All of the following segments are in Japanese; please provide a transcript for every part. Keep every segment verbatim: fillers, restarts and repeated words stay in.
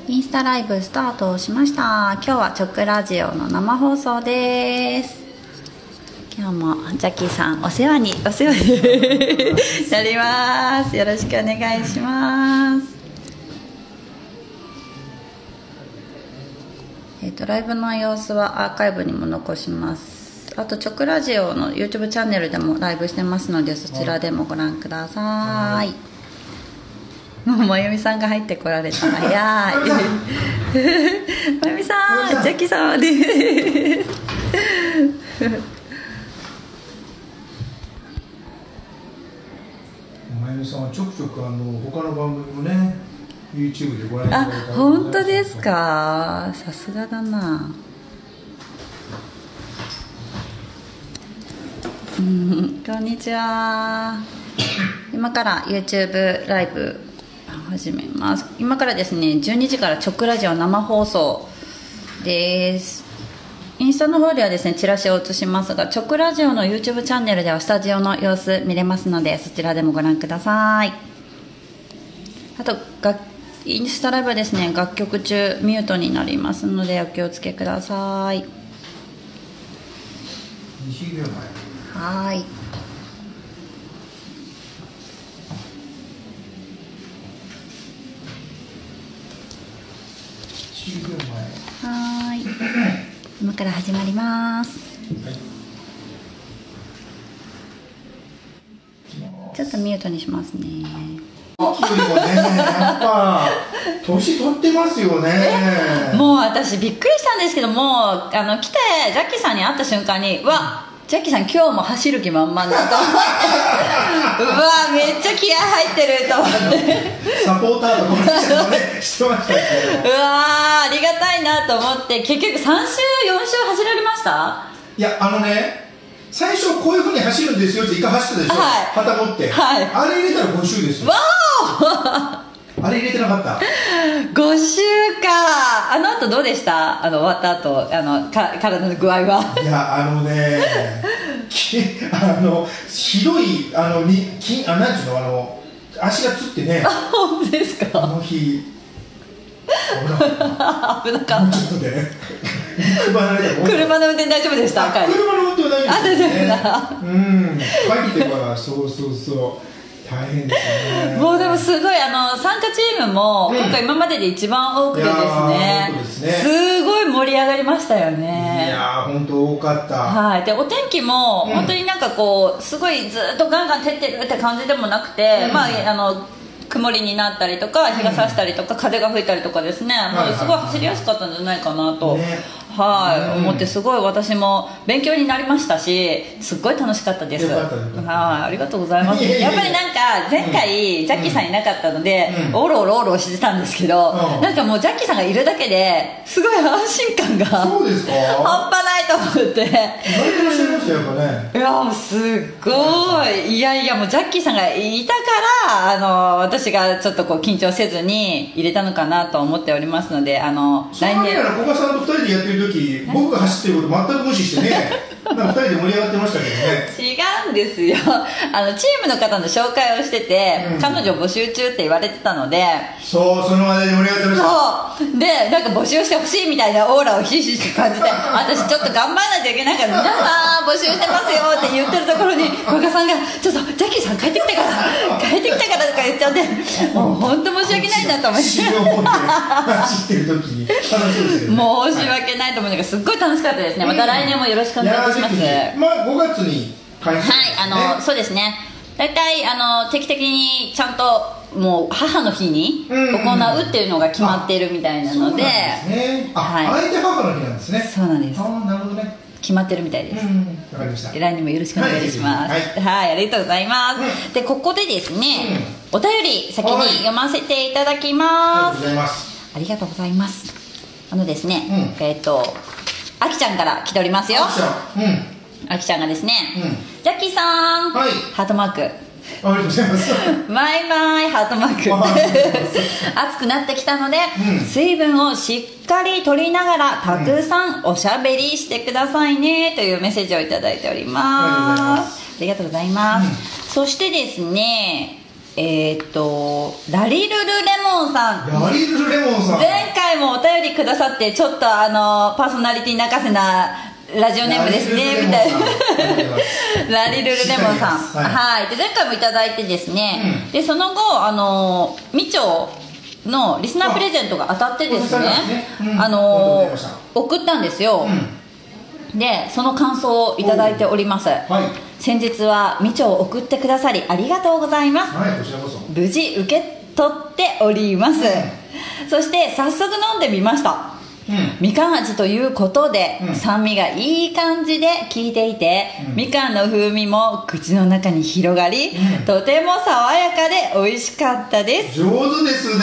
インスタライブスタートしました。今日は直ラジオの生放送です。今日もジャッキーさんお世話にお世話になります。よろしくお願いします。えっとライブの様子はアーカイブにも残します。あと直ラジオの YouTube チャンネルでもライブしてますので、そちらでもご覧ください。もうまゆみさんが入ってこられた。早いまゆみさん、ジャッキーさんでまゆみさんはちょくちょくあの他の番組もね YouTube でご覧いただいた。 あ、本当ですか。さすがだな。うん、こんにちは。今から YouTube ライブ始めます。今からですね、じゅうにじから直ラジオ生放送です。インスタの方ではですね、チラシを映しますが、直ラジオの YouTube チャンネルではスタジオの様子見れますので、そちらでもご覧ください。あとインスタライブはですね、楽曲中ミュートになりますのでお気をつけください。 にじゅうびょうまえ。 はい。 じゅうびょうまえ。 はい。今から始まります。 はい。 ちょっとミュートにしますね。 よりもね、やっぱ年取ってますよね。 もう私びっくりしたんですけども、あの来てジャッキーさんに会った瞬間に、うわ、ジャッキーさん今日も走る気満々だと思ってうわ、めっちゃ気合入ってると思ってサポーターとかもねしてましたけど、 うわ、ありがたいなと思って、結局さんしゅうよんしゅう走られました。 いや、あのね、最初こういうふうに走るんですよって一回走ったでしょ、 はい、 旗持って、はい、あれ入れたらご周ですよ。わおあれ入れてなかったご周か。あの後どうでした？あの終わった後、あのか体の具合は。 いや、あのねきあのひどい、あのにきあなんていうの、あの足がつってね。 あ、本当ですか。 あの日危なかった危なかった。 ちょっとね車の車の運転大丈夫でした？ 車の運転は大丈夫ですね。 あ、 うん帰ってからそうそうそう大変ですね。 もうでもすごい、あの参加チームも今回今までで一番多くてですね、すごい盛り上がりましたよね。 いやー本当多かった。 はい。でお天気も本当になんかこうすごいずっとガンガン照ってるって感じでもなくて、まああの曇りになったりとか日が差したりとか、風が吹いたりとかですね、もうすごい走りやすかったんじゃないかなと、はい、思って、すごい私も勉強になりましたし、すっごい楽しかったです。はい、ありがとうございます。やっぱりなんか前回ジャッキーさんいなかったのでおろおろおろしてたんですけど、なんかもうジャッキーさんがいるだけですごい安心感が半端ないと思って。いやすっごい、いやいや、もうジャッキーさんがいたからあの私がちょっとこう緊張せずに入れたのかなと思っておりますので、あの来年古賀さんとふたりでやってる時、僕が走ってること全く無視してねなんかふたりで盛り上がってましたけどね。 違うんですよ、あのチームの方の紹介をしてて、うん、彼女募集中って言われてたので、 そう、その話題で盛り上がってました。 そうで、なんか募集してほしいみたいなオーラをひしひし感じて私ちょっと頑張らないといけないから皆さん募集してますよって言ってるところに古賀さんがちょっとジャッキーさん帰ってきてから帰ってきてからとか言っちゃって、もう本当申し訳ないなと思って走ってる時に楽しいですよね。 申し訳ないと思うんだけど、すっごい楽しかったですね。また来年もよろしくお願いします。 まあごがつに開催、 はい、あのそうですね、大体あの定期的にちゃんともう母の日に行うっていうのが決まっているみたいなので、 あえて母の日なんですね。 そうなんです。 あ、なるほどね、 決まってるみたいです。 わかりました。 来年もよろしくお願いします。はい、ありがとうございます。でここでですね、お便り先に読ませていただきます。ありがとうございます。あのですね、えっとあきちゃんから来ておりますよ。あきちゃんがですね、ジャッキーさん、ハートマーク、 ありがとうございます。 マイマイハートマーク暑くなってきたので、うん、水分をしっかり取りながらたくさんおしゃべりしてくださいね、うん、というメッセージをいただいております。ありがとうございます。うん、そしてですね、えー、っとラリルルレモンさん、 ラリルルレモンさん、 前回もお便りくださってちょっとあのパーソナリティ泣かせなラジオネームですねみたいなラリルルレモンさん、はい、はい、で前回もいただいてですね、うん、でその後あのみちょのリスナープレゼントが当たってですね、うん、あの送ったんですよ、うん、でその感想をいただいております、はい、先日はみちょを送ってくださりありがとうございます、はい、こちらこそ無事受け取っております、うん、そして早速飲んでみました、うん、みかん味ということで、うん、酸味がいい感じで効いていて、うん、みかんの風味も口の中に広がり、うん、とても爽やかで美味しかったです。 上手ですね。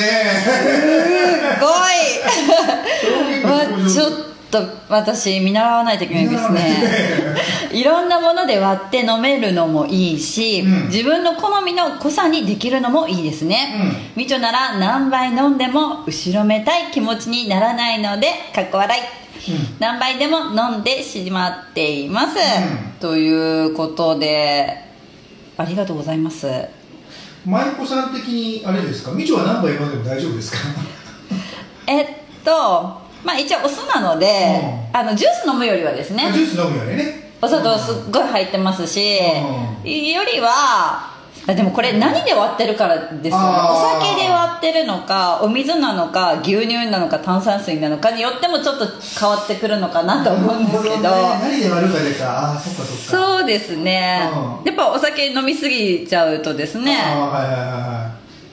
すごいちょっと私見習わないといけないですねいろんなもので割って飲めるのもいいし、うん、自分の好みの濃さにできるのもいいですね、うん、みちょなら何杯飲んでも後ろめたい気持ちにならないのでかっこ笑い、うん、何杯でも飲んでしまっています、うん、ということでありがとうございます。 舞子さん的にあれですか、みちょは何杯飲んでも大丈夫ですかえっとまあ一応お酢なので、うん、あのジュース飲むよりはですね、 ジュース飲むよりねお砂糖すっごい入ってますし、うん、よりはでもこれ何で割ってるからですよね。お酒で割ってるのかお水なのか牛乳なのか炭酸水なのかによってもちょっと変わってくるのかなと思うんですけど、 何で割るかでか、あ、そっかそっか、 そうですね、うん、やっぱお酒飲みすぎちゃうとですね、あ、はいはいはいはい、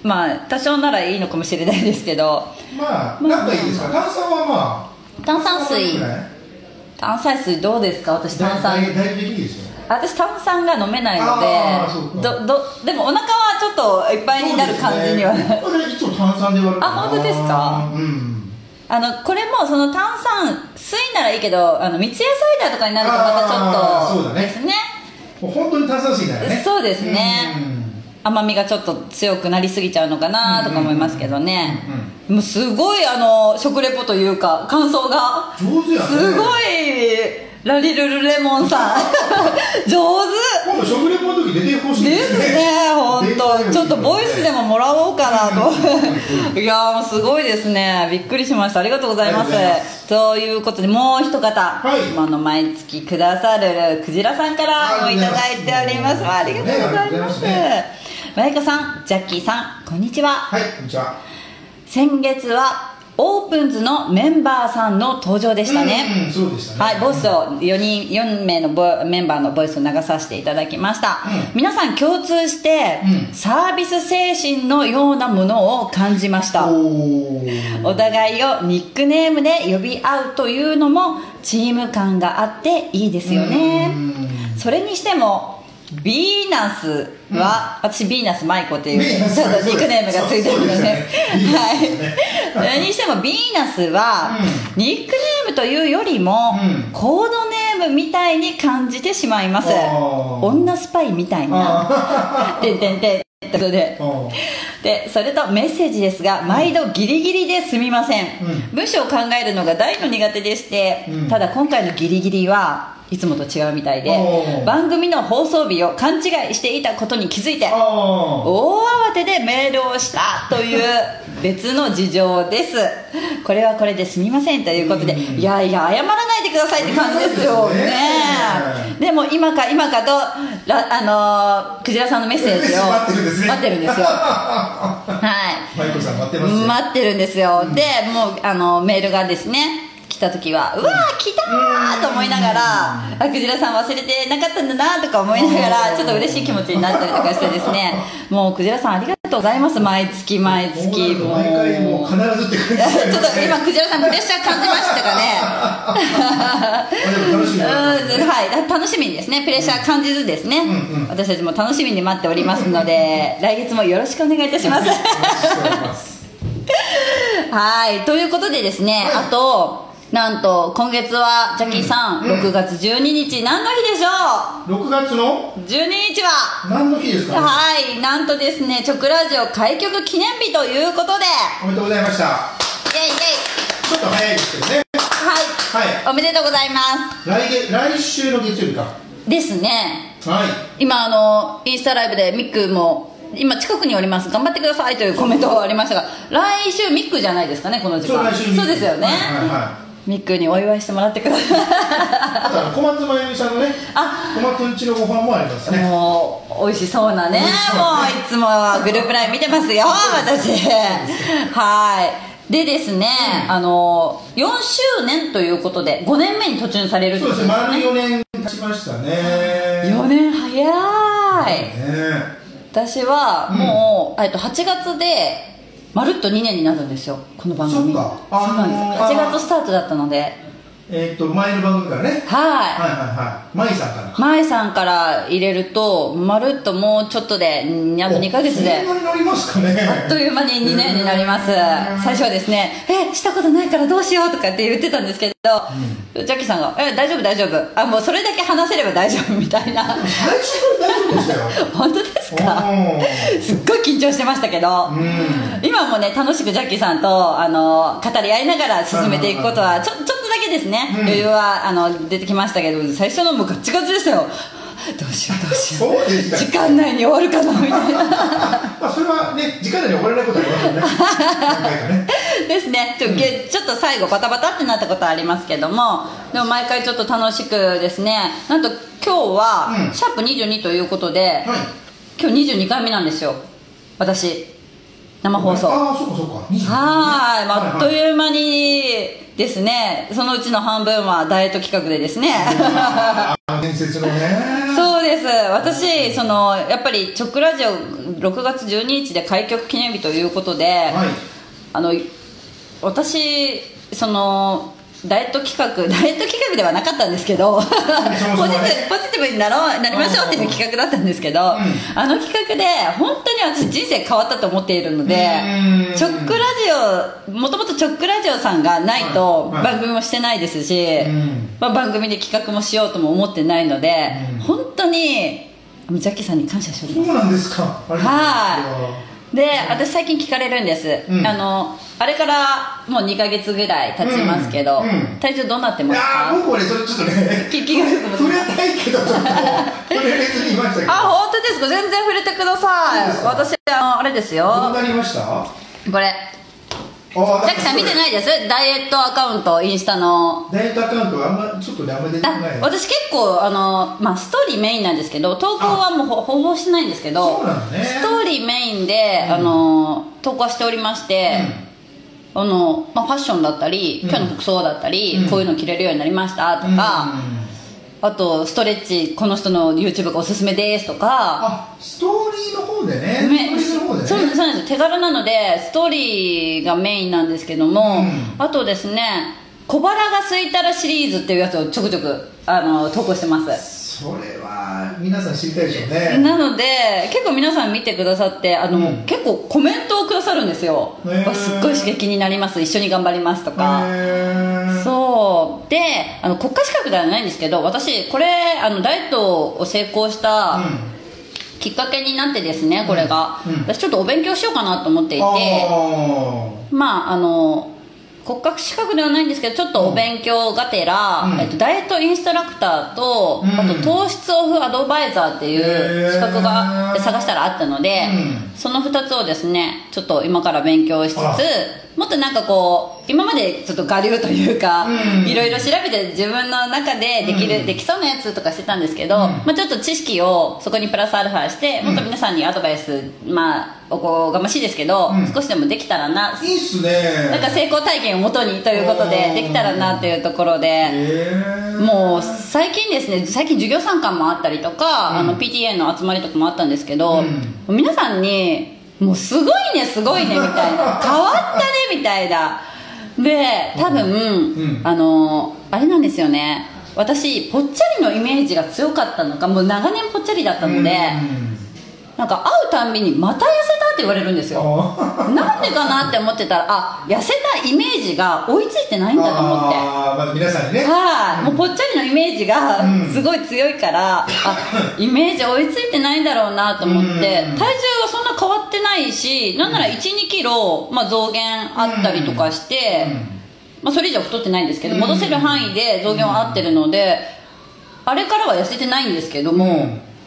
まあ多少ならいいのかもしれないですけど、 まあなんかいいですか、炭酸はまあ炭酸水炭酸水どうですか。私炭酸大大いいですよ。 私炭酸が飲めないのでどどでもお腹はちょっといっぱいになる感じには、ね、 いつも炭酸で割るかな。 あ、本当ですか、うん、あのこれもその炭酸水ならいいけどあの三ツ矢サイダーとかになるとまたちょっとですね、 もう本当に炭酸水だよね。 そうですね、うん、甘みがちょっと強くなりすぎちゃうのかなとか思いますけどね、もうすごいあの食レポというか感想が上手やね。 すごいラリルルレモンさん上手。 今度食レポの時出てほしいですね。 ですね、本当ちょっとボイスでももらおうかなといやーすごいですね、びっくりしました。ありがとうございます。ということでもう一方、はい、今の毎月くださるクジラさんからもいただいております。ありがとうございます。まゆこさん、ジャッキーさん、こんにちは。 はい、こんにちは。 先月はオープンズのメンバーさんの登場でしたね。 うん、うん、そうでしたね。 はい、ボイスをよにんよんめいのボメンバーのボイスを流させていただきました、うん、皆さん共通して、うん、サービス精神のようなものを感じました。 お, お互いをニックネームで呼び合うというのもチーム感があっていいですよね。それにしてもヴィーナスは、うん、私ヴィーナス舞子っていうちょっとニックネームがついてるので、ね、はいそれにしてもヴィーナスは、うん、ニックネームというよりも、うん、コードネームみたいに感じてしまいます。女スパイみたいなてんてんてんってことででそれとメッセージですが毎度ギリギリですみません、うん、文章を考えるのが大の苦手でして、うん、ただ今回のギリギリはいつもと違うみたいで番組の放送日を勘違いしていたことに気づいて大慌てでメールをしたという別の事情です。これはこれですみませんということで、うん、いやいや謝らないでくださいって感じですよね。でも今か今かとあのー、クジラさんのメッセージを待ってるんですね。 待ってるんですよはいマイコさん待ってますよ。 待ってるんですよ、うん、でもうあのメールがですね来た時はうわー来たーと思いながら、あクジラさん忘れてなかったんだなとか思いながらちょっと嬉しい気持ちになったりとかしてですねもうクジラさんありがとうございます。毎月毎月もう毎回もう必ずって感じですね。 ちょっと今クジラさんプレッシャー感じましたかね楽しみ、 はい、楽しみにですねプレッシャー感じずですね、うんうん、私たちも楽しみに待っておりますので来月もよろしくお願いいたしますはいということでですね、はい、あとなんと今月はジャッキーさん、うん、ろくがつじゅうににち何の日でしょう。 ろくがつのじゅうににちは何の日ですか、ね、 はいなんとですね直ラジオ開局記念日ということでおめでとうございました。イエイイエイちょっと早いですけどね。 はい、はい、おめでとうございます。 来月来週の月曜日かですね。 はい今あのインスタライブでミックも今近くにおります頑張ってくださいというコメントがありましたが、来週ミックじゃないですかね、この時間。 そう来週ミックそうですよね、 はいはいはい、 ミックにお祝いしてもらってください。 あとは小松真由美さんのね、小松んちのご飯もありますね。 もう美味しそうなね、もういつもグループライン見てますよ私。はいでですね、うん、あのよんしゅうねんということでごねんめに突入されるってことですね。 そうですね、丸よねん経ちましたね。 よねん早い、 ね、 私はもう、うん、えっとはちがつでまるっとにねんになるんですよ、この番組。 そうか、 そうなんです、はちがつスタートだったので、 えー、と前の番組からね、はい、はいはいはい舞さんから舞さんから入れるとまるっともうちょっとであとにかげつでそんなになりますかね。 あっという間ににねんになります。最初はですね、えしたことないからどうしようとかって言ってたんですけど、うん、ジャッキーさんがえ大丈夫大丈夫、あもうそれだけ話せれば大丈夫みたいな。 最初から大丈夫でしたよ。 本当ですか。すっごい緊張してましたけど、うん、今もね楽しくジャッキーさんとあの語り合いながら進めていくことはちょちょっとだけですね、うん、余裕はあの出てきましたけど、最初のもうガッチガチでしたよ。どうしようどうしよう時間内に終わるかなみたいな。 まあそれはね時間内に終わらないことはありますよね。何回かねですね。ちょ、うん、ちょっと最後バタバタってなったことはありますけども、でも毎回ちょっと楽しくですね、なんと今日は、うん、シャープにじゅうにということで、はい、今日にじゅうにかいめなんですよ私、生放送。 ああそうかそうか、 はい、まあ、あっという間にですね、そのうちの半分はダイエット企画でですね。 伝説のね。 そうです。私そのやっぱりチョックラジオろくがつじゅうににちで開局記念日ということで、はい、あの私そのダイエット企画ダイエット企画ではなかったんですけど、ポジティブポジティブになろうなりましょうっていう企画だったんですけど、うん、あの企画で本当に私人生変わったと思っているので、チョックラジオもともとチョックラジオさんがないと番組もしてないですし、まあ、番組で企画もしようとも思ってないので、本当にジャッキーさんに感謝しております。 そうなんですか。 はいで、私最近聞かれるんです、うん、あのあれからもうにかげつぐらい経ちますけど、うんうん、体重どうなってますか。 あ僕はねそれちょっとね聞きがよくも触れたいけどちょっと触れれずにいましたけど。 あ本当ですか。全然触れてください。私あのあれですよ。 どうなりました。これジャッキーさん見てないです。ダイエットアカウント、インスタのダイエットアカウントはあんまちょっとねあんま出てない。 私結構あの、まあ、ストーリーメインなんですけど、投稿はもうほぼしてないんですけど、 そうなのね、 ストーリーメインで、うん、あの投稿はしておりまして、うん、あのまあ、ファッションだったり、うん、今日の服装だったり、うん、こういうの着れるようになりましたとか、うん、あとストレッチこの人の YouTube がおすすめですとか。 あストーリーの方でね。 ねそうなんです。手軽なのでストーリーがメインなんですけども、うん、あとですね小腹が空いたらシリーズっていうやつをちょくちょくあの投稿してます。 それは皆さん知りたいでしょうね。 なので結構皆さん見てくださってあの、うん、結構コメントをくださるんですよ。すっごい刺激になります、一緒に頑張りますとか。そうであの国家資格ではないんですけど、私これあのダイエットを成功した、うんきっかけになってですね、これが、うんうん、私ちょっとお勉強しようかなと思っていて、まああの国家資格ではないんですけどちょっとお勉強がてら、うんえっと、ダイエットインストラクターと、うん、あと糖質オフアドバイザーっていう資格が探したらあったので、うん、そのふたつをですねちょっと今から勉強しつつ、もっとなんかこう今までちょっと我流というか、うん、いろいろ調べて自分の中でできる、うん、できそうなやつとかしてたんですけど、うんまあ、ちょっと知識をそこにプラスアルファしてもっと皆さんにアドバイス、まあおこがましいですけど、うん、少しでもできたらな、 いいっすね、 なんか成功体験をもとにということでできたらなっていうところで、もう最近ですね最近授業参観もあったりとか、うん、あの ピーティーエー の集まりとかもあったんですけど、うん、皆さんにもうすごいねすごいねみたいな変わったねみたいなで多分、うん、あのあれなんですよね、私ぽっちゃりのイメージが強かったのかもう長年ぽっちゃりだったので、うんなんか会うたんびにまた痩せたって言われるんですよ。なんでかなって思ってたらあ痩せたイメージが追いついてないんだと思って、 あ、まあ、皆さんにねはい、もうぽっちゃりのイメージがすごい強いから、うん、あイメージ追いついてないんだろうなと思って、うん、体重はそんな変わってないしなんならいち、にキロ、まあ、増減あったりとかして、うんまあ、それ以上太ってないんですけど戻せる範囲で増減は合ってるので、あれからは痩せてないんですけども、うん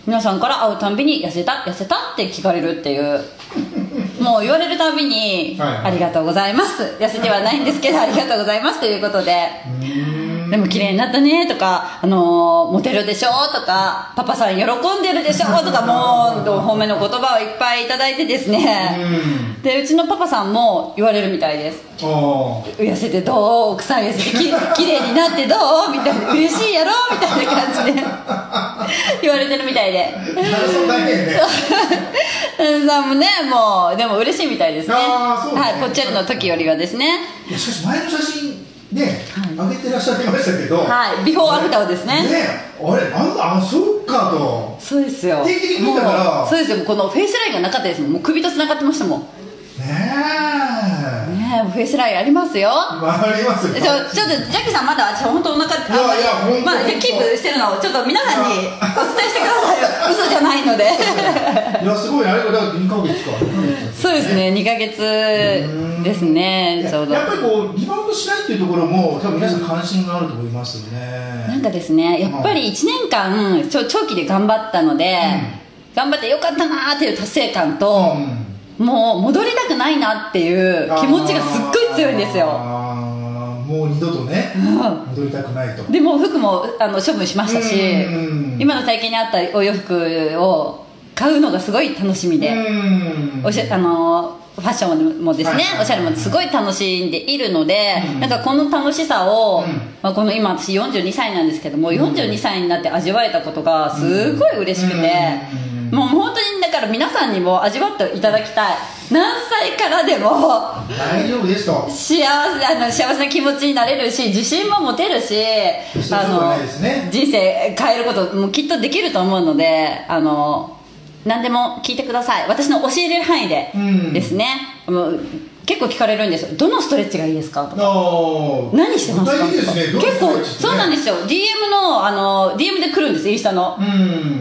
皆さんから会うたんびに痩せた痩せたって聞かれるっていうもう言われるたびに、はいはい、ありがとうございます痩せてはないんですけどありがとうございますということででも綺麗になったねとか、あのー、モテるでしょとかパパさん喜んでるでしょとかもう褒めの言葉をいっぱいいただいてですねうでうちのパパさんも言われるみたいです痩せてどう奥さん痩せてき綺麗になってどうみたいな嬉しいやろみたいな感じで言われてるみたいでそうだけねさんもねもうでも嬉しいみたいですねあそうね、 はい、ぽっちゃりの時よりはですねいやしかし前の写真ね、はい、上げてらっしゃいましたけどはいビフォーアフターですねねあれあんなあそうかとそうですよ定期的に見たからそうですよこのフェイスラインがなかったですもんもう首とつながってましたもんねえねえフェイスラインありますよ、 まあ、ありますよちょちょっとジャッキーさんまだ私本当お腹いやいや本当まあキープしてるのをちょっと皆さんにお伝えしてくださいよ嘘じゃないのでいやすごいあれがだからにかげつかそうですねにかげつですねちょうどやっぱりこうリバウンドしないっていうところも多分皆さん関心があると思いますよねなんかですねやっぱりいちねんかん長期で頑張ったので、うん、頑張ってよかったなーっていう達成感と、うん、もう戻りたくないなっていう気持ちがすっごい強いんですよもう二度とね、うん、戻りたくないとでも服もあの処分しましたし今の体型に合ったお洋服を買うのがすごい楽しみでおしゃあのファッションもですね、はい、おしゃれもすごい楽しんでいるので、うん、なんかこの楽しさを、うんまあ、この今私よんじゅうにさいなんですけども、うん、よんじゅうにさいになって味わえたことがすごい嬉しくて、うん、もう本当にだから皆さんにも味わっていただきたい何歳からでも大丈夫ですと幸せ、あの幸せな気持ちになれるし自信も持てるしあの、ね、人生変えることもきっとできると思うのであの何でも聞いてください私の教えれる範囲でですね、うん、もう結構聞かれるんですよどのストレッチがいいですかとか何してますかとか、ね、結構、ね、そうなんですよ ディーエム の, あの ディーエム で来るんですインスタの、うん、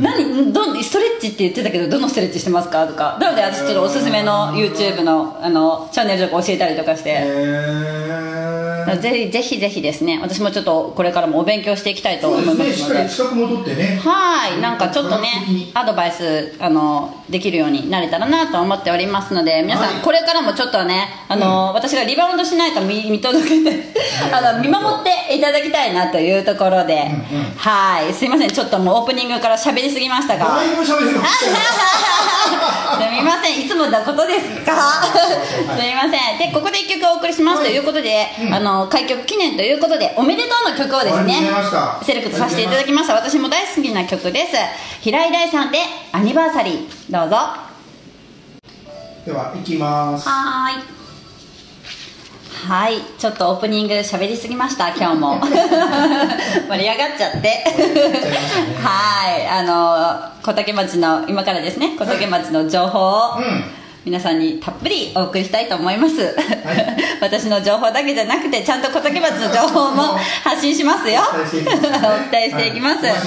何どストレッチって言ってたけどどのストレッチしてますかとかなので私ちょっとおすすめの YouTube の, あのチャンネルとか教えたりとかしてぜひぜひぜひですね私もちょっとこれからもお勉強していきたいと思いますのでそうですねしっかり資格も取ってねはいなんかちょっとねアドバイスあのできるようになれたらなと思っておりますので皆さん、はい、これからもちょっとねあの、うん、私がリバウンドしないか 見, 見届けてあの見守っていただきたいなというところで、うんうん、はいすいませんちょっともうオープニングから喋りすぎましたがだいぶ喋りましたすみませんいつものことですかすみませんでここでいっきょくお送りします、はい、ということで、うん、あの開局記念ということでおめでとうの曲をですねセレクトさせていただきました私も大好きな曲です平井大さんでアニバーサリーどうぞでは行きますはーいはいちょっとオープニング喋りすぎました今日も盛り上がっちゃって、ね、はいあの小竹町の今からですね小竹町の情報を、うん皆さんにたっぷりお送りしたいと思います、はい、私の情報だけじゃなくてちゃんと小竹町の情報も発信しますよお伝えしていきますはい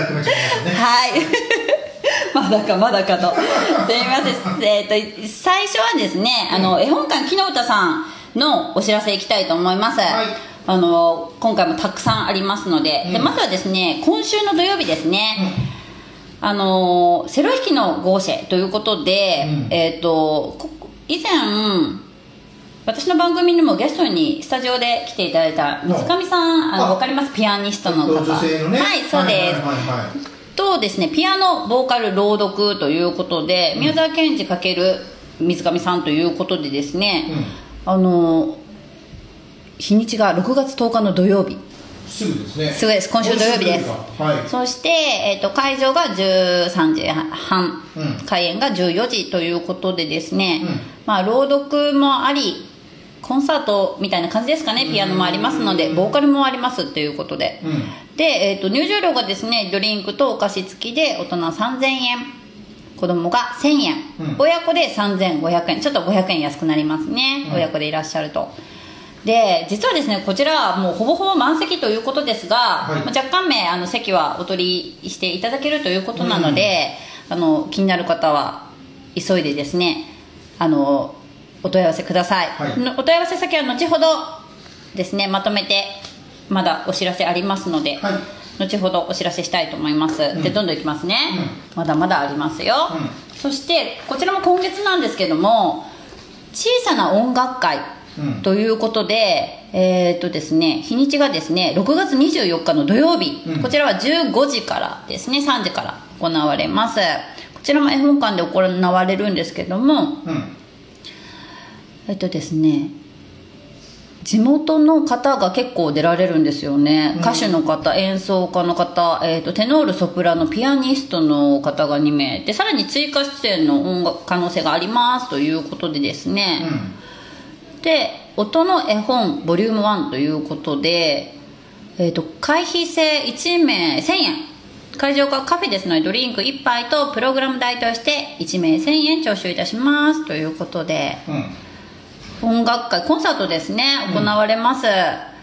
まだかまだかとすみません、えー、と最初はですねあの絵本館木の歌さんのお知らせいきたいと思います、はい、あの今回もたくさんありますので、うん、でまずはですね今週の土曜日ですね、うんあのセロ引きのゴーシェということで、うん、えー、と以前私の番組にもゲストにスタジオで来ていただいた水上さん、あの分かりますピアニストの方、 女性のねはいそうです、とですねピアノボーカル朗読ということで、うん、宮沢賢治×水上さんということでですね、うん、あの日にちがろくがつとおかの土曜日すぐですね。 すぐです。今週土曜日です。 はい、 そして、えーと、会場がじゅうさんじはん、うん、開演がじゅうよじということでですね、うん、まあ朗読もありコンサートみたいな感じですかね。ピアノもありますのでボーカルもありますということで、うん、で、えーと、入場料がですねドリンクとお菓子付きで大人さんぜんえん、子供がせんえん、うん、親子でさんぜんごひゃくえん、ちょっとごひゃくえん安くなりますね、うん、親子でいらっしゃると。で実はですねこちらはもうほぼほぼ満席ということですが、はい、若干名あの席はお取りしていただけるということなので、うん、あの気になる方は急いでですねあのお問い合わせください、はい、お問い合わせ先は後ほどですねまとめてまだお知らせありますので、はい、 後ほどお知らせしたいと思います、うん、でどんどんいきますね、うん、まだまだありますよ、うん、そしてこちらも今月なんですけども小さな音楽会ということで、うん、えーっとですね日にちがですねろくがつにじゅうよっかの土曜日、うん、こちらはじゅうごじからですねさんじから行われます。こちらも絵本館で行われるんですけども、うん、えっとですね地元の方が結構出られるんですよね、うん、歌手の方、演奏家の方、えー、とテノール、ソプラノ、ピアニストの方がにめいで、さらに追加出演の音楽可能性がありますということでですね、うん、で音の絵本ボリュームワンということで、えー、と会費制いちめいせんえん、会場がカフェですのでドリンクいっぱいとプログラム代としていちめいせんえん徴収いたしますということで、うん、音楽会コンサートですね行われます、うん、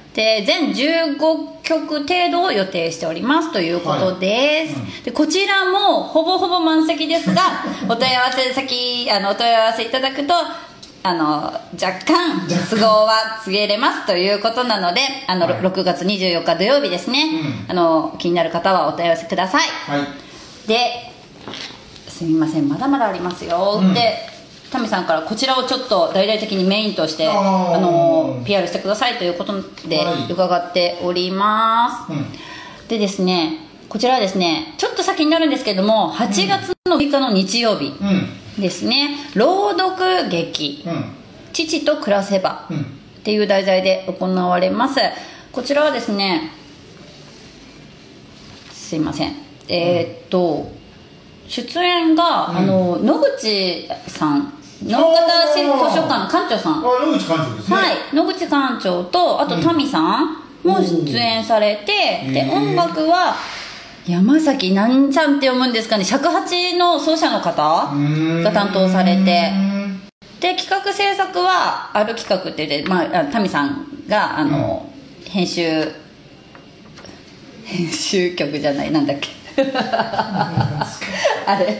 で全じゅうごきょく程度を予定しておりますということです、はい、うん、でこちらもほぼほぼ満席ですがお問い合わせ先あのお問い合わせいただくとあの若干都合は告げれますということなので、あの、はい、ろくがつにじゅうよっか土曜日ですね、うん、あの気になる方はお問い合わせください、はい、ですみませんまだまだありますよ、うん、でタミさんからこちらをちょっと大々的にメインとしてあの ピーアール してくださいということで伺っております、はい、うん、でですねこちらはですねちょっと先になるんですけどもはちがつのむいかの日曜日ですね、うん、朗読劇、うん、父と暮らせばっていう題材で行われます。こちらはですねすいませんえー、っと出演が、うん、あの野口さん野方市立図書館の館長さん、あ野口館長ですね、 はい、野口館長とあとタミさんも出演されて、うん、で音楽は山崎なんちゃんって読むんですかね、尺八の奏者の方が担当されて、で企画制作はある企画って言って、まあ、タミさんがあの、うん、編集編集局じゃないなんだっけあれ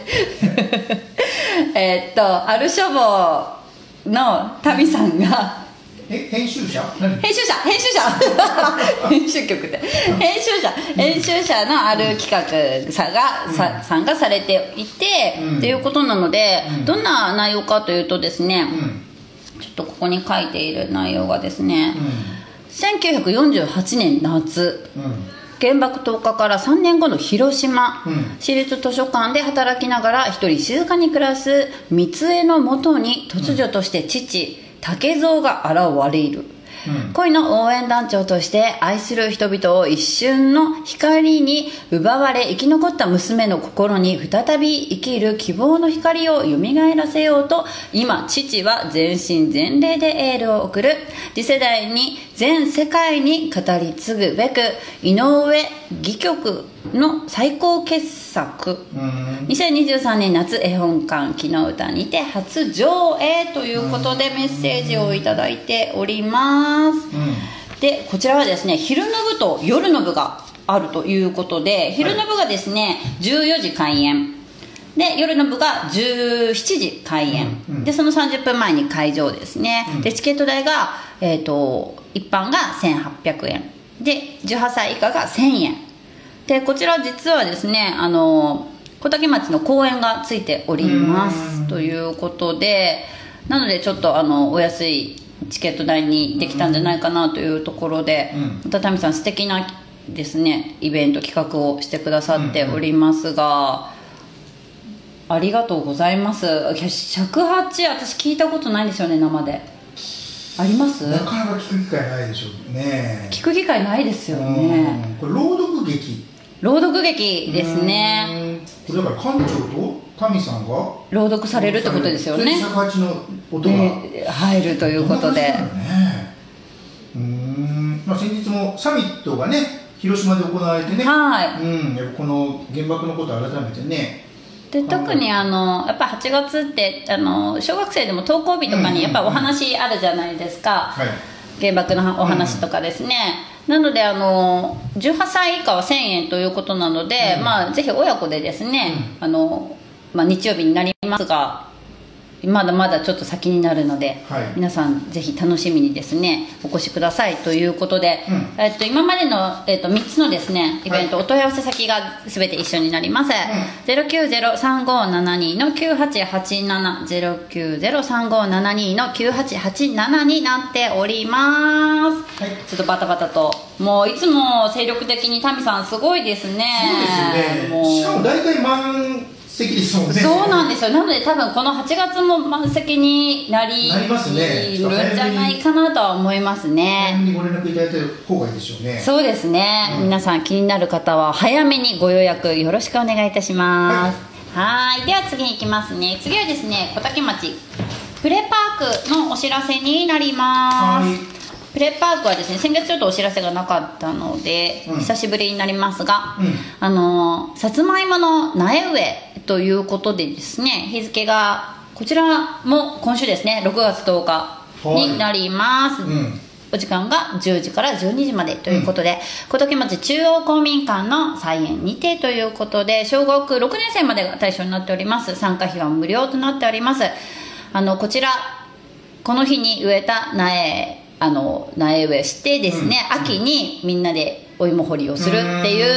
えっとある書房のタミさんがえ編集者編集者編集者編集局で編集者編集者のある企画さが、うん、さ参加されていて、うん、っていうことなので、うん、どんな内容かというとですね、うん、ちょっとここに書いている内容がですね、うん、せんきゅうひゃくよんじゅうはちねん夏、うん、原爆投下からさんねんごの広島、うん、市立図書館で働きながら一人静かに暮らす三江のもとに突如として父、うん竹蔵が現れる、うん、恋の応援団長として愛する人々を一瞬の光に奪われ生き残った娘の心に再び生きる希望の光を蘇らせようと今父は全身全霊でエールを送る。次世代に全世界に語り継ぐべく井上戯曲の最高傑作、にせんにじゅうさんねん夏絵本館木の歌にて初上映ということでメッセージをいただいております、うん、でこちらはですね昼の部と夜の部があるということで、昼の部がですねじゅうよじ開演で夜の部がじゅうしちじ開演、うんうん、でそのさんじゅっぷんまえに会場ですね、うん、でチケット代が、えーと、一般がせんはっぴゃくえんでじゅうはっさい以下がせんえんで、こちら実はですねあの小竹町の公園がついておりますということで、なのでちょっとあのお安いチケット代にできたんじゃないかなというところで、またタミさん素敵なですねイベント企画をしてくださっておりますが、ありがとうございます。尺八私聞いたことないんですよね生で。あります？ なかなか聞く機会ないでしょうね。 聞く機会ないですよね。 これ朗読劇朗読劇ですね。 これだから館長とタミさんが朗読されるってことですよね。 尺八の音が、 えー、入るということで、 ね、うーん、まあ、先日もサミットがね広島で行われてね、 はい、 うん、この原爆のことを改めてねで特にあのやっぱはちがつってあの小学生でも登校日とかにやっぱお話あるじゃないですか、うんうんうん、原爆のお話とかですね、うん、なのであのじゅうはっさい以下はせんえんということなので、うん、まあ、ぜひ親子でですね、うん、あのまあ、日曜日になりますがまだまだちょっと先になるので、 はい、 皆さんぜひ楽しみにですねお越しくださいということで、うん、えっと今までの、えっとみっつのですねイベント、はい、お問い合わせ先が全て一緒になります、うん、ゼロきゅうゼロ さんごななに のきゅうはちはちなな ゼロきゅうゼロ さんごななに のきゅうはちはちななになっております、はい、ちょっとバタバタともういつも精力的にタミさんすごいですね。 そうですね。もうしかも大体満席ですもんね。 そうなんですよ。なので多分このはちがつも満席になりなりますね。 るんじゃないかなとは思いますね。 早めにご連絡いただいた方がいいでしょうね。 そうですね、うん、皆さん気になる方は早めにご予約よろしくお願いいたします。はい、はいでは次に行きますね。次はですね小竹町プレパークのお知らせになります。はい、プレパークはですね先月ちょっとお知らせがなかったので、うん、久しぶりになりますが、うん、あのさつまいもの苗植えということでですね日付がこちらも今週ですねろくがつとおかになります、はいうん、お時間がじゅうじからじゅうにじまでということで、うん、小竹町中央公民館の菜園にてということで小学ろくねん生までが対象になっております。参加費は無料となっております。あのこちらこの日に植えた苗あの苗植えしてですね、うん、秋にみんなでお芋掘りをするっていう、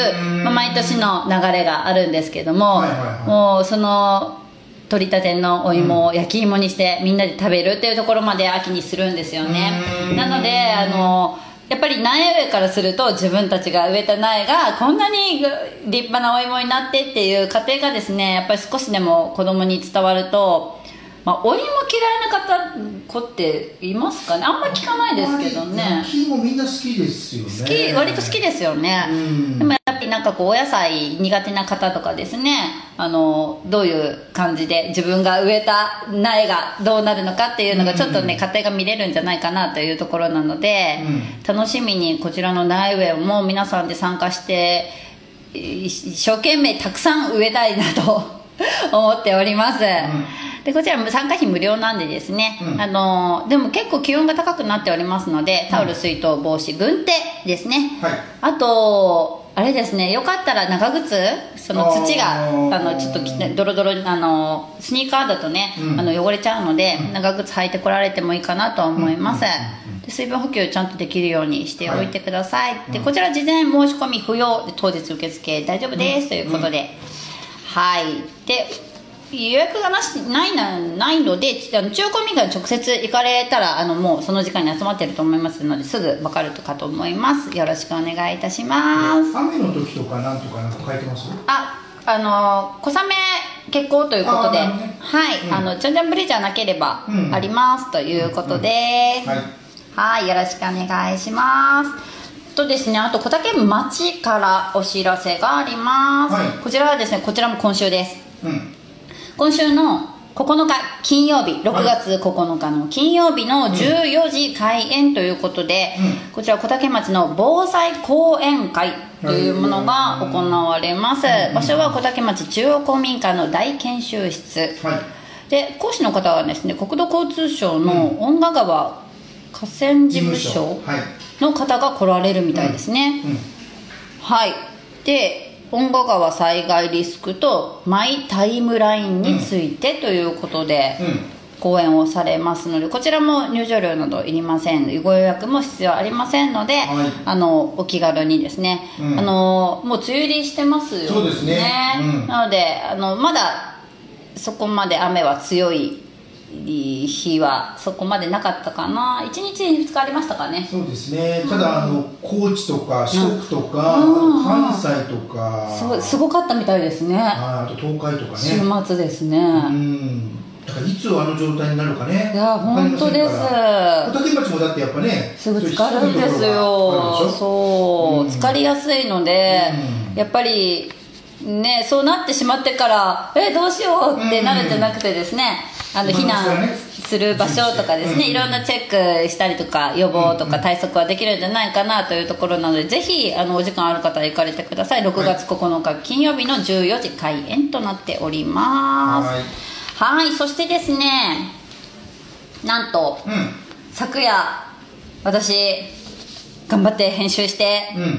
まあ、毎年の流れがあるんですけども、はいはいはい、もうその取りたてのお芋を焼き芋にしてみんなで食べるっていうところまで秋にするんですよね。なのであのやっぱり苗植えからすると自分たちが植えた苗がこんなに立派なお芋になってっていう過程がですねやっぱり少しでも子供に伝わると、まあ、お芋嫌いな方子っていますかね。あんまり聞かないですけどね。 焼き芋みんな好きですよね。 好き割と好きですよね。でもやっぱりなんかこうお野菜苦手な方とかですねあのどういう感じで自分が植えた苗がどうなるのかっていうのがちょっとね過程が見れるんじゃないかなというところなので、うん、楽しみにこちらの苗植えも皆さんで参加して一生懸命たくさん植えたいなと思っております、うんでこちらも参加費無料なんでですね、うん、あのでも結構気温が高くなっておりますのでタオル水筒帽子軍手ですね、はい、あとあれですねよかったら長靴その土があのちょっとドロドロあのスニーカーだとね、うん、あの汚れちゃうので、うん、長靴履いてこられてもいいかなと思います、うん、で水分補給ちゃんとできるようにしておいてください、はい、でこちら事前申し込み不要で当日受付大丈夫です、うん、ということで、うん、はいで予約がなしないなないのであの中央公民館に直接行かれたらあのもうその時間に集まってると思いますのですぐ分かるかと思います。よろしくお願いいたします。 雨の時とかなんとかなんか書いてます？ ああの小雨決行ということで、ね、はい、うん、あのちゃんちゃんぶりじゃなければあります、うん、ということです、うんうん、はい、はいよろしくお願いしますとですね、あと小竹町からお知らせがあります、はい、こちらはですねこちらも今週です、うん今週のここのか金曜日ろくがつここのかの金曜日のじゅうよじ開演ということで、うん、こちら小竹町の防災講演会というものが行われます、うん、場所は小竹町中央公民館の大研修室、はい、で講師の方はですね国土交通省の恩賀川河川事務所の方が来られるみたいですね、うんうん、はいで恩賀川災害リスクとマイタイムラインについてということで講演をされますのでこちらも入場料などいりませんご予約も必要ありませんので、はい、あのお気軽にですね、うん、あのもう梅雨入りしてますよね。 そうですね、 うん、なのであのまだそこまで雨は強い日はそこまでなかったかないちにちにふつかありましたかね。 そうですね、ただ、うん、あの高知とか四国とか、うん、関西とかす, すごかったみたいですね。 あと東海とかね週末ですね。 うんだからいつあの状態になるかね。 いや本当です。 小竹町もだってやっぱねすぐ浸かるんですよ。そう、うん、浸かりやすいので、うん、やっぱりねそうなってしまってからえどうしようってなるんじゃなくてですね、あの避難する場所とかですね、いろんなチェックしたりとか予防とか対策はできるんじゃないかなというところなので、ぜひあのお時間ある方は行かれてください。ろくがつここのか金曜日のじゅうよじ開演となっております。はい、そしてですねなんと、うん、昨夜私頑張って編集して、うん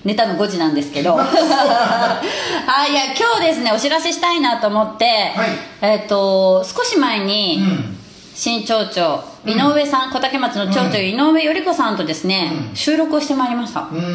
寝たのごじなんですけどはい、いや今日ですねお知らせしたいなと思って、はい、えっと少し前に、うん新町長井上さん、うん、小竹町の町長、うん、井上頼子さんとですね、うん、収録をしてまいりました、うん、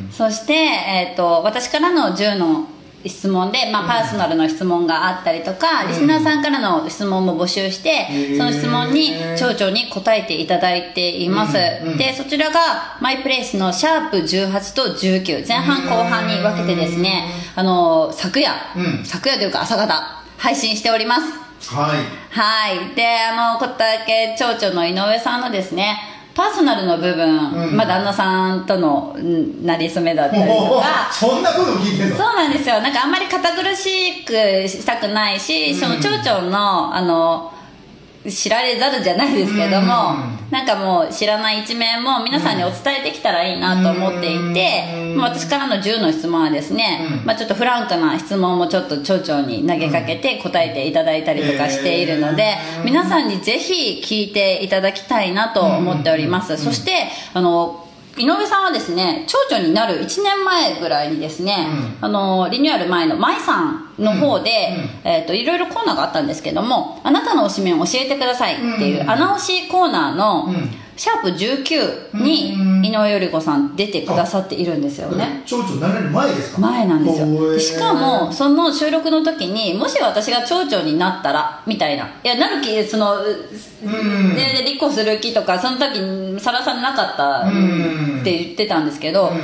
そして、えー、と私からのじゅうの質問で、まあ、パーソナルの質問があったりとか、うん、リスナーさんからの質問も募集して、うん、その質問に町長に答えていただいています、うんうん、でそちらがマイプレイスのシャープじゅうはちとじゅうきゅう前半後半に分けてですね、あの昨夜、うん、昨夜というか朝方配信しております。 はい、 はい、であの小竹町長の井上さんのですねパーソナルの部分、うん、まあ、旦那さんとのなりそめだったりとかそんなこと聞いてんの？ そうなんですよ。なんかあんまり堅苦しくしたくないし、うん、その町長のあの知られざるじゃないですけども、うん、なんかもう知らない一面も皆さんにお伝えできたらいいなと思っていて、うん、私からのじゅうの質問はですね、うん、まあ、ちょっとフランクな質問もちょっと町長に投げかけて答えていただいたりとかしているので、うん、皆さんにぜひ聞いていただきたいなと思っております、うん、そしてあの井上さんはですね町長になるいちねんまえぐらいにですね、うん、あのリニューアル前の舞さんの方で、うん、えー、といろいろコーナーがあったんですけども、あなたの推しメン教えてくださいっていう、うん、穴推しコーナーの、うん、シャープじゅうきゅうに井上頼子さん出てくださっているんですよね。 町長になられる前ですか？ 前なんですよ。しかもその収録の時にもし私が町長になったらみたいな、いやなる気その、うん、で立候補する気とかその時にさらされなかったって言ってたんですけど、うん、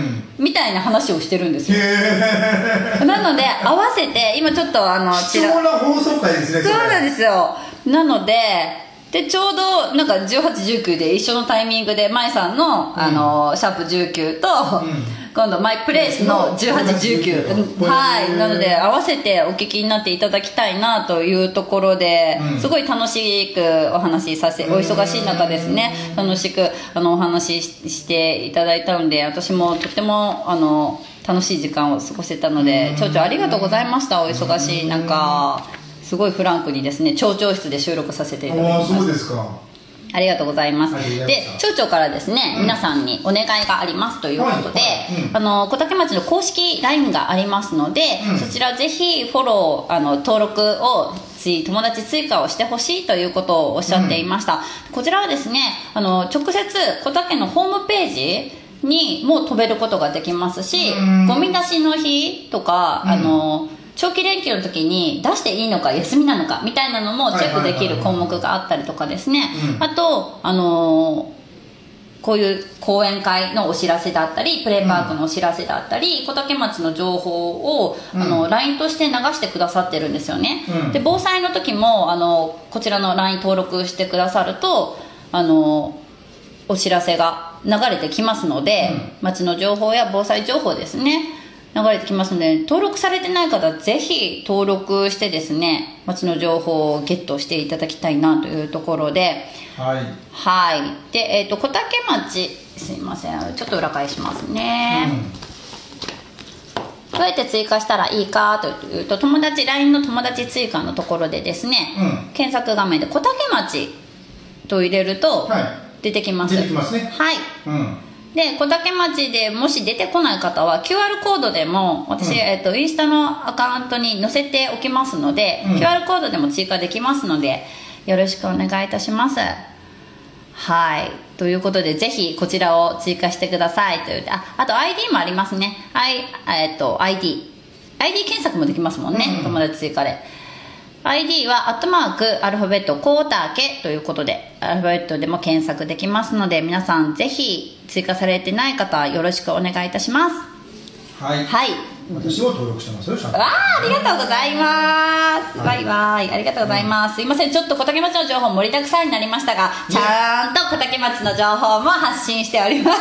みたいな話をしてるんですよ。なので合わせて今ちょっとあの貴重な放送回ですね。 そうなんですよ。なのででちょうどなんかじゅうはち、じゅうきゅうで一緒のタイミングで舞さんの、うん、あのシャープじゅうきゅうと、うん、今度マイプレイスのじゅうはち、じゅうきゅう、はいなので合わせてお聞きになっていただきたいなというところで、うん、すごい楽しくお話しさせお忙しい中ですね楽しくあのお話ししていただいたので、私もとてもあの楽しい時間を過ごせたので町長ありがとうございました。お忙しい中すごいフランクにですね町長室で収録させていただきました。 そうですか。 ありがとうございます。で町長からですね、うん、皆さんにお願いがありますということで、はいはい、うん、あの小竹町の公式 ライン がありますので、うん、そちらぜひフォローあの登録を友達追加をしてほしいということをおっしゃっていました、うん、こちらはですねあの直接小竹のホームページにも飛べることができますし、うん、ゴミ出しの日とか、うん、あの長期連休の時に出していいのか休みなのかみたいなのもチェックできる項目があったりとかですね、あとあのー、こういう講演会のお知らせだったりプレイパークのお知らせだったり、うん、小竹町の情報を、うん、あの ライン として流してくださってるんですよね、うん、で防災の時もあのこちらの ライン 登録してくださるとあのお知らせが流れてきますので、うん、町の情報や防災情報ですね流れてきますので、登録されてない方ぜひ登録してですね町の情報をゲットしていただきたいなというところで、 はい、 はい、で、えーと、小竹町すいませんちょっと裏返しますね、うん、どうやって追加したらいいかというと友達 ライン の友達追加のところでですね、うん、検索画面で小竹町と入れると出てきます、 はい、出てきますね、 はい、うん、で小竹町でもし出てこない方は キューアール コードでも私、うん、えー、とインスタのアカウントに載せておきますので、うん、キューアール コードでも追加できますのでよろしくお願いいたします。はいということでぜひこちらを追加してくださいという あ, あと アイディー もありますね、I えー、と アイディー アイディー 検索もできますもんね、うん、友達追加でアイディー はアットマークアルファベットコータケということでアルファベットでも検索できますので皆さんぜひ追加されてない方よろしくお願いいたします。 はい、 はい、 私も登録してますよ。 わあ、ありがとうございます、はい、バイバイありがとうございます、うん、すいませんちょっと小竹町の情報盛りだくさんになりましたがちゃんと小竹町の情報も発信しております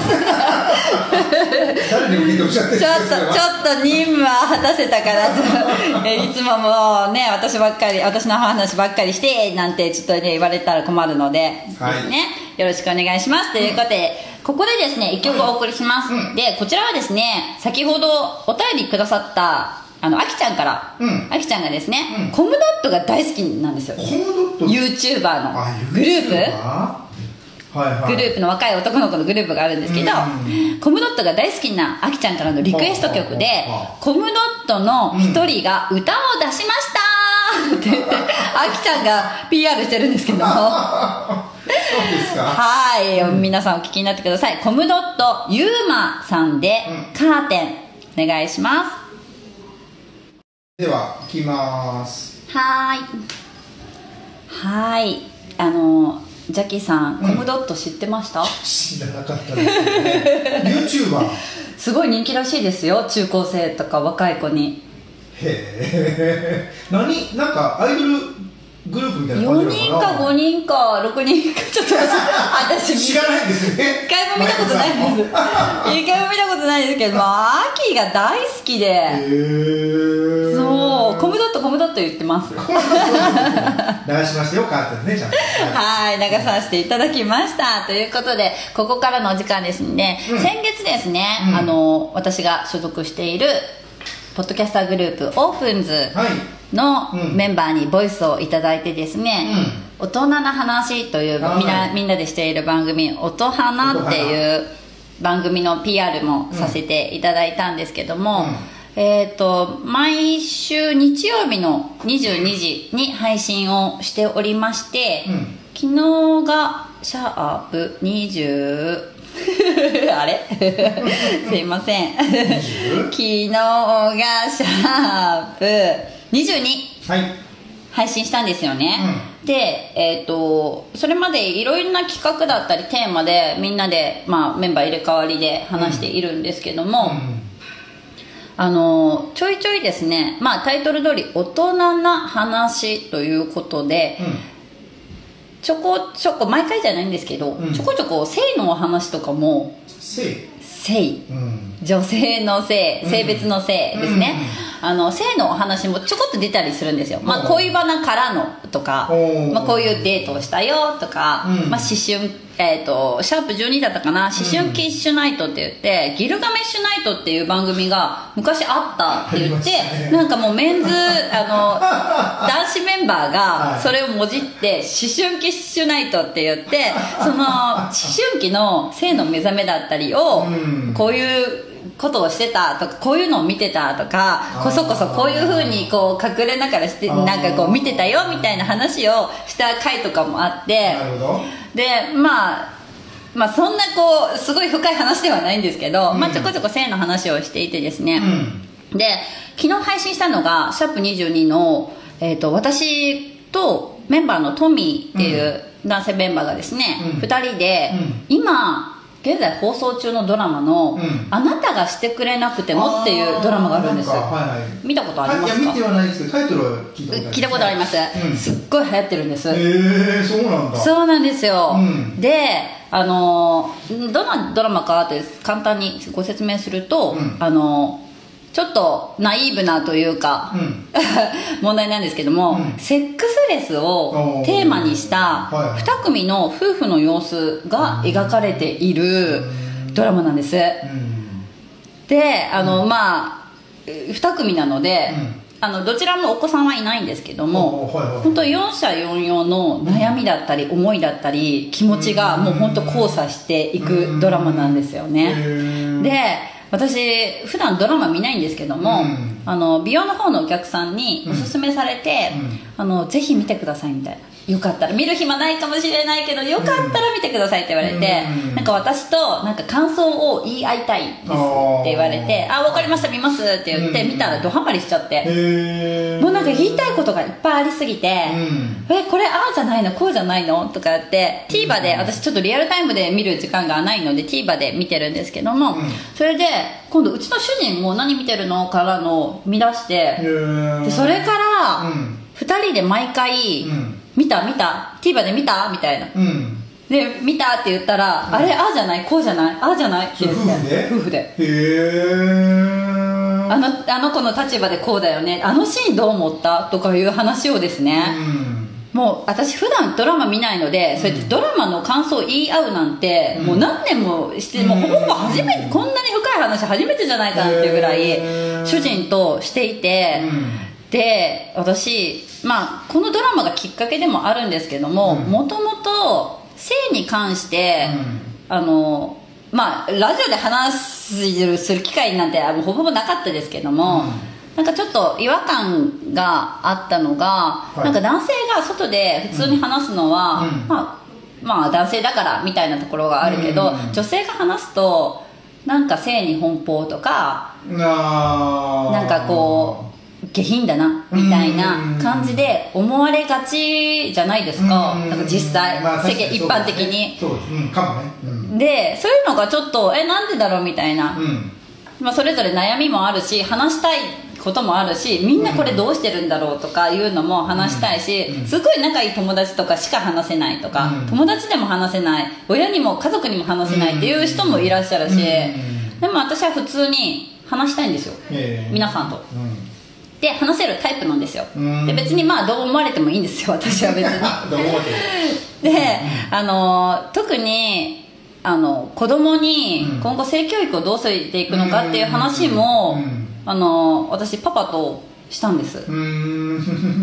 誰に向けておっしゃってるんですか。 ちょっとちょっと任務は果たせたからいつももうね私ばっかり私の話ばっかりしてなんてちょっとね言われたら困るので、はい、ですねよろしくお願いしますということで、うん、ここでですねいっきょくお送りします、うん、でこちらはですね先ほどお便りくださったあのあきちゃんから、うん、あきちゃんがですね、うん、コムドットが大好きなんですよ。 コムドット YouTuber のグループ、 はグループの若い男の子のグループがあるんですけど、コムドットが大好きなあきちゃんからのリクエスト曲で、コムドットの一人が歌を出しましたって言ってあきちゃんが ピーアール してるんですけどもそうですか。 はい、うん、皆さんお聞きになってください。コムドットユーマさんで、うん、カーテンお願いします。 では行きます。 はーいはい、あのジャッキーさん、うん、コムドット知ってました？ 知らなかったですねYouTuber すごい人気らしいですよ、中高生とか若い子に。 へえ何なんかアイドルグループみたいな感じなのかな。 よにんかごにんかろくにんかちょっと私知らないんですね。 一回も見たことないです一回も見たことないですけど、アキが大好きで、へー、そうコムドットコムドット言ってます流しましたよ、カーテンね、ちゃんとはい、流させていただきましたということで、ここからのお時間ですね、うん、先月ですね、うん、あの私が所属しているポッドキャスターグループオープンズのメンバーにボイスをいただいてですね、うん、大人な話というみんな、みんなでしている番組、音花っていう番組の ピーアール もさせていただいたんですけども、うん、えーと毎週日曜日のにじゅうにじに配信をしておりまして、うん、昨日がシャープにじゅうあれすいません昨日がシャープにじゅうに、はい、配信したんですよね、うん、で、えーとそれまでいろいろな企画だったりテーマでみんなで、まあ、メンバー入れ替わりで話しているんですけども、うんうん、あのちょいちょいですね、まあ、タイトル通り大人な話ということで、うん、ちょこちょこ毎回じゃないんですけど、うん、ちょこちょこ性のお話とかも、 性性、うん、女性の性、性別の性ですね、うん、あの性のお話もちょこっと出たりするんですよ、まあ、恋バナからのとか、まあ、こういうデートをしたよとか、うん、まあ、思春えー、とシャープじゅうにだったかな、思春期ッシュナイトって言って、うん、ギルガメッシュナイトっていう番組が昔あったって言って、ね、なんかもうメンズあの男子メンバーがそれをもじって思春期ッシュナイトって言って、その思春期の性の目覚めだったりを、うん、こういうことをしてたとか、こういうのを見てたとか、こそこそこういう風にこう隠れながらしてなんかこう見てたよみたいな話をした回とかもあって、 なるほど。 で、まあ、まあそんなこうすごい深い話ではないんですけど、うん、まあ、ちょこちょこ性の話をしていてですね、うん、で昨日配信したのがシャープにじゅうにの、えー、と私とメンバーのトミーっていう男性メンバーがですね、うん、ふたりで、うん、今現在放送中のドラマの、うん、あなたがしてくれなくてもっていうドラマがあるんです。はいはい、見たことありますか？ いや見てはないですけどタイトルは聞いたことあります。 聞いたことあります、うん、すっごい流行ってるんです。 へえ、そうなんだ。 そうなんですよ、うん、であのどのドラマかって簡単にご説明すると、うん、あのちょっとナイーブなというか、うん、問題なんですけども、うん、セックスレスをテーマにしたに組の夫婦の様子が描かれているドラマなんです、うん、であの、うん、まあに組なので、うん、あのどちらもお子さんはいないんですけども、はいはい、本当よん者よん様の悩みだったり思いだったり気持ちがもう本当交差していくドラマなんですよね。で私普段ドラマ見ないんですけども、うん、あの美容の方のお客さんにおすすめされて、うん、あのぜひ見てくださいみたいな、よかったら見る暇ないかもしれないけどよかったら見てくださいって言われて、うん、なんか私となんか感想を言い合いたいですって言われて、あ、分かりました見ますって言って見たらドハマりしちゃって、うん、もうなんか言いたいことがいっぱいありすぎて、うん、えこれああじゃないのこうじゃないのとかって TVer で、私ちょっとリアルタイムで見る時間がないので TVer で見てるんですけども、うん、それで今度うちの主人も何見てるのからの見出して、でそれからふたりで毎回、うん見た見た TVer で見たみたいな、うん、で見たって言ったら、うん、あれああじゃないこうじゃないああじゃないって言って夫婦で夫婦でへえ、 あのあの子の立場でこうだよね、あのシーンどう思ったとかいう話をですね、うん、もう私普段ドラマ見ないので、うん、そうやってドラマの感想を言い合うなんて、うん、もう何年もして、うん、もうほぼほぼ初めて、うん、こんなに深い話初めてじゃないかなっていうぐらい主人としていて、うんで私、まあ、このドラマがきっかけでもあるんですけども、もともと性に関して、 うん、 あのまあラジオで話する機会なんてほぼほぼなかったですけども、うん、なんかちょっと違和感があったのが、はい、なんか男性が外で普通に話すのは、うん、まあまあ男性だからみたいなところがあるけど、うん、女性が話すとなんか性に奔放とか、なんかこう下品だなみたいな感じで思われがちじゃないですか、なんか実際、まあ、世間一般的にそうですね、うん、かもね、うん、 でそういうのがちょっとえなんでだろうみたいな、うん、まあ、それぞれ悩みもあるし話したいこともあるし、みんなこれどうしてるんだろうとかいうのも話したいし、うん、すごい仲いい友達とかしか話せないとか、うん、友達でも話せない、親にも家族にも話せないっていう人もいらっしゃるし、うん、でも私は普通に話したいんですよ、えー、皆さんと、うん、で話せるタイプなんですよ、うん、で別にまあどう思われてもいいんですよ、私は別にどう思ってるで、あの特にあの子供に今後性教育をどうしていくのかっていう話も、うん、あの私パパとしたんです、うん、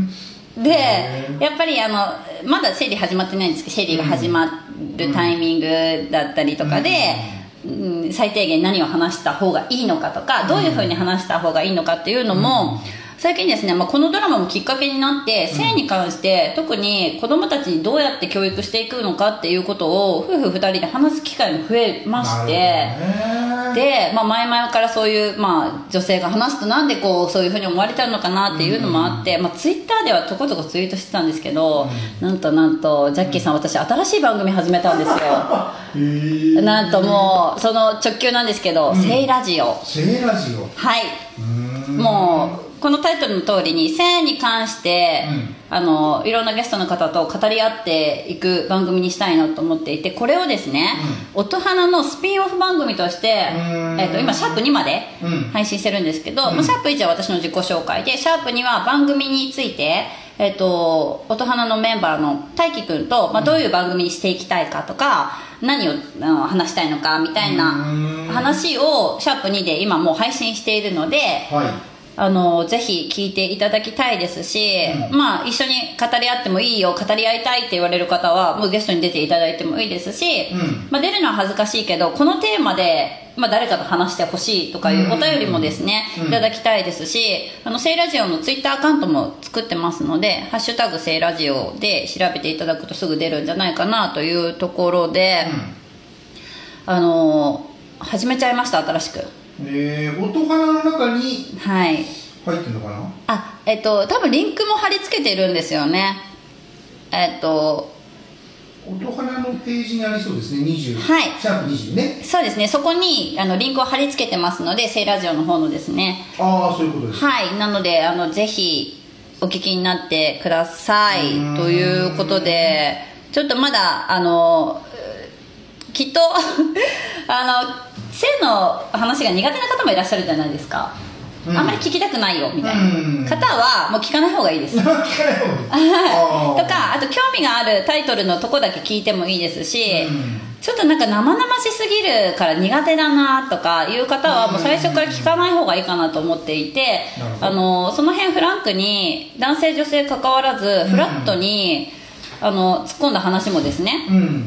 でやっぱりあのまだ生理始まってないんですけど、生理が始まるタイミングだったりとかで、うん、最低限何を話した方がいいのかとか、どういうふうに話した方がいいのかっていうのも、最近ですね、まあ、このドラマもきっかけになって性に関して特に子供たちにどうやって教育していくのかっていうことを夫婦ふたりで話す機会も増えまして、で、まあ、前々からそういう、まあ、女性が話すとなんでこうそういうふうに思われちゃうのかなっていうのもあって、まあ、ツイッターではちょこちょこツイートしてたんですけど、なんとなんとジャッキーさん、私新しい番組始めたんですよ、えー、なんともうその直球なんですけど、うん、性ラジオ性ラジオはい、もうこのタイトルの通りに性に関して、うん、あのいろんなゲストの方と語り合っていく番組にしたいなと思っていて、これをですね、うん、音花のスピンオフ番組として、えっと、今シャープにまで配信してるんですけど、うん、シャープいちは私の自己紹介で、シャープには番組について、えっと、音花のメンバーの大輝くんと、まあ、どういう番組にしていきたいかとか、何を話したいのかみたいな話をシャープにで今もう配信しているので、はい、あのぜひ聞いていただきたいですし、うん、まあ一緒に語り合ってもいいよ、語り合いたいって言われる方はもうゲストに出ていただいてもいいですし、うん、まあ、出るのは恥ずかしいけどこのテーマで、まあ、誰かと話してほしいとかいうお便りもですね、うん、いただきたいですし、あのセイラジオのツイッターアカウントも作ってますので、ハッシュタグセイラジオで調べていただくとすぐ出るんじゃないかなというところで、うん、あの始めちゃいました、新しく。 えー、音花の中に入ってるのかな、はい、 あ、えっと多分リンクも貼り付けてるんですよね。えっと音花のページにありそうですね、にじゅう、 はい、 シャープにじゅうね。 そうですね、そこにあのリンクを貼り付けてますので、セイラジオの方のですね。 ああ、そういうことです。 はい、なのであのぜひお聞きになってくださいということで、ちょっとまだあのきっとあの性の話が苦手な方もいらっしゃるじゃないですか、うん、あんまり聞きたくないよみたいな方はもう聞かない方がいいです聞かない方がいいとか、あと興味があるタイトルのとこだけ聞いてもいいですし、うん、ちょっとなんか生々しすぎるから苦手だなとかいう方はもう最初から聞かない方がいいかなと思っていて、あのその辺フランクに男性女性関わらずフラットに、うん、あの突っ込んだ話もですね、うん、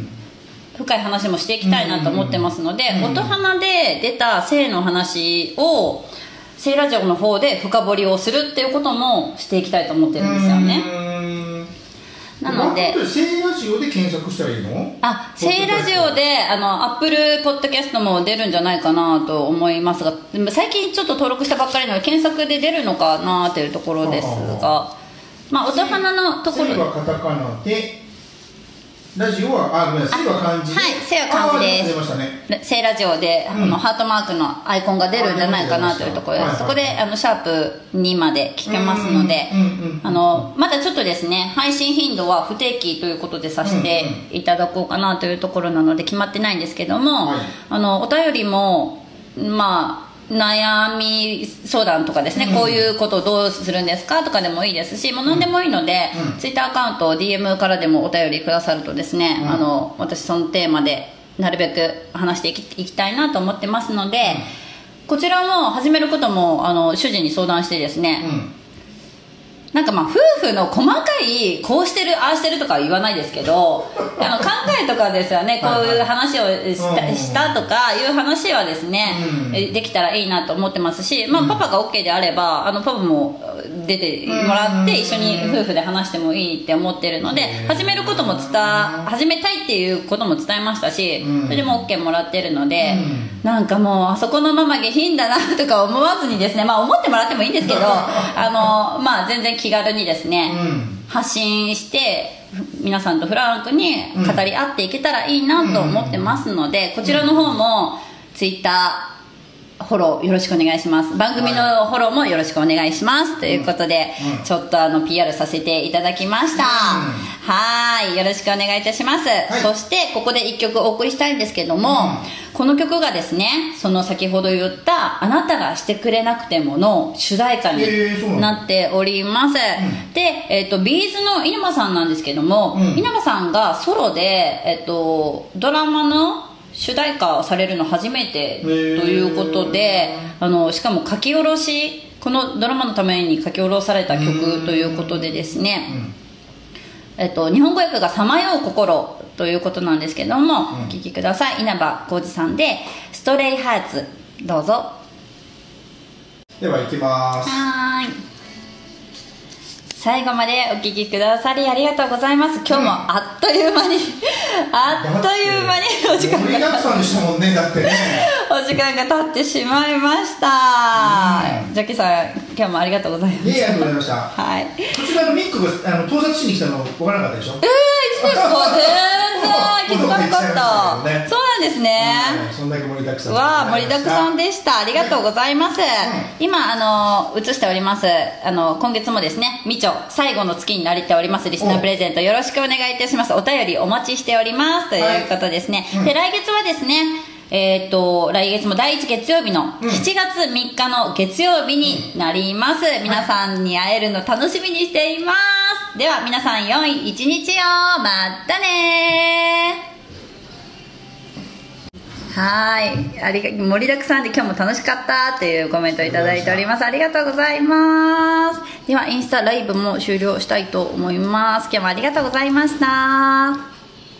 深い話もしていきたいなと思ってますので、うん、音花で出た性の話を性ラジオの方で深掘りをするっていうこともしていきたいと思ってるんですよね。なので性ラジオで検索したらいいの？ あ、性ラジオであのアップルポッドキャストも出るんじゃないかなと思いますが、最近ちょっと登録したばっかりなので検索で出るのかなというところですが、まあ音花のところ、 性はカタカナでラジオは、あ、ごめんなさい、性は漢字で、 はい、性は漢字です。 出ましたね。 性ラジオで、うん、あのハートマークのアイコンが出るんじゃないかなというところです。はいはい、そこであのシャープにまで聞けますので、あのまだちょっとですね、配信頻度は不定期ということでさせていただこうかなというところなので決まってないんですけども、はい、あのお便りもまあ悩み相談とかですね、うん、こういうことをどうするんですかとかでもいいですし、もう何でもいいので、うん、ツイッターアカウント ディーエム からでもお便りくださるとですね、うん、あの私そのテーマでなるべく話していき、いきたいなと思ってますので、うん、こちらも始めることもあの主人に相談してですね、うん、なんかまあ夫婦の細かいこうしてるああしてるとかは言わないですけどあの簡単えとかですよね、こういう話をした、 はいはい、 したとかいう話はですね、うん、できたらいいなと思ってますし、まあ、パパが OK であればあのパパも出てもらって一緒に夫婦で話してもいいって思ってるので、始めることも伝始めたいっていうことも伝えましたし、それでも OK もらってるので、なんかもうあそこのママ下品だなとか思わずにですね、まあ思ってもらってもいいんですけどあの、まあ、全然気軽にですね、発信して皆さんとフランクに語り合っていけたらいいなと思ってますので、こちらの方も Twitterフォローよろしくお願いします。番組のフォローもよろしくお願いします、うん、ということで、うん、ちょっとあの ピーアール させていただきました、うん、はいよろしくお願いいたします、はい、そしてここでいっきょくお送りしたいんですけども、うん、この曲がですね、その先ほど言ったあなたがしてくれなくてもの主題歌になっております、えー、で、えーと、ビーズの稲葉さんなんですけども、うん、稲葉さんがソロで、えーと、ドラマの主題歌をされるの初めてということで、あのしかも書き下ろし、このドラマのために書き下ろされた曲ということでですね、えっと、日本語訳がさまよう心ということなんですけども、お聴きください。稲葉浩二さんでストレイハーツ、どうぞ。 では行きます。 はーい、最後までお聞きくださりありがとうございます。今日もあっという間に、うん、あっという間にお時間が盛りだくさんでしたもんね、だってねお時間が経ってしまいました、うん、ジャッキーさん今日もありがとうございました。 いえ、ありがとうございましたはい、こちらのミックがあの盗撮しに来たの分からなかったでしょ。えー、いつですか全然気づかなかった、ね、そうなんですね、 うん、そんだけ盛りだくさんわあ盛りだくさんでした。ありがとうございます、うん、今あの映しておりますあの今月もですね、みちょ最後の月になりておりますリスナープレゼントよろしくお願いいたします。お便りお待ちしておりますということですね、はい、うん、で来月はですね、えー、と来月もだいいち月曜日のしちがつみっかの月曜日になります、うん、皆さんに会えるの楽しみにしています。では皆さん良い一日を。またねー。はいありが盛りだくさんで今日も楽しかったというコメントいただいております。ありがとうございます。ではインスタライブも終了したいと思います。今日もありがとうございました。